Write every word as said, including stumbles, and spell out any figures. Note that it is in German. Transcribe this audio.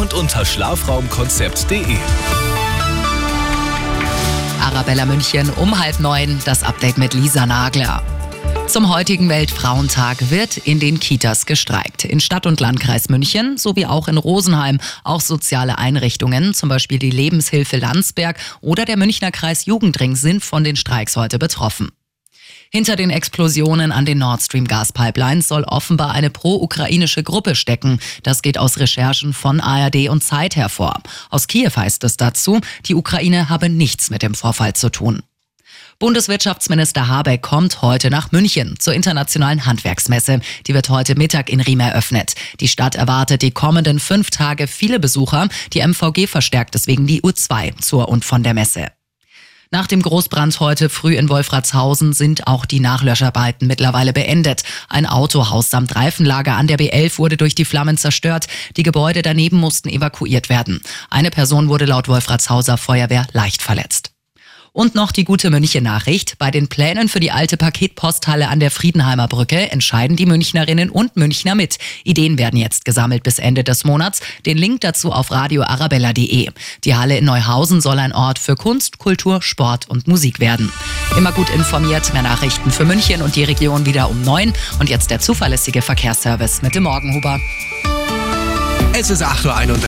und unter schlafraumkonzept punkt de. Arabella München um halb neun, das Update mit Lisa Nagler. Zum heutigen Weltfrauentag wird in den Kitas gestreikt. In Stadt- und Landkreis München sowie auch in Rosenheim. Auch soziale Einrichtungen, zum Beispiel die Lebenshilfe Landsberg oder der Münchner Kreis Jugendring, sind von den Streiks heute betroffen. Hinter den Explosionen an den Nord Stream Gaspipelines soll offenbar eine pro-ukrainische Gruppe stecken. Das geht aus Recherchen von A R D und Zeit hervor. Aus Kiew heißt es dazu, die Ukraine habe nichts mit dem Vorfall zu tun. Bundeswirtschaftsminister Habeck kommt heute nach München zur internationalen Handwerksmesse. Die wird heute Mittag in Riem eröffnet. Die Stadt erwartet die kommenden fünf Tage viele Besucher. Die M V G verstärkt deswegen die U zwei zur und von der Messe. Nach dem Großbrand heute früh in Wolfratshausen sind auch die Nachlöscharbeiten mittlerweile beendet. Ein Autohaus samt Reifenlager an der B elf wurde durch die Flammen zerstört. Die Gebäude daneben mussten evakuiert werden. Eine Person wurde laut Wolfratshauser Feuerwehr leicht verletzt. Und noch die gute München-Nachricht. Bei den Plänen für die alte Paketposthalle an der Friedenheimer Brücke entscheiden die Münchnerinnen und Münchner mit. Ideen werden jetzt gesammelt bis Ende des Monats. Den Link dazu auf radio arabella punkt de. Die Halle in Neuhausen soll ein Ort für Kunst, Kultur, Sport und Musik werden. Immer gut informiert, mehr Nachrichten für München und die Region wieder um neun. Und jetzt der zuverlässige Verkehrsservice mit dem Morgenhuber. Es ist acht Uhr einunddreißig.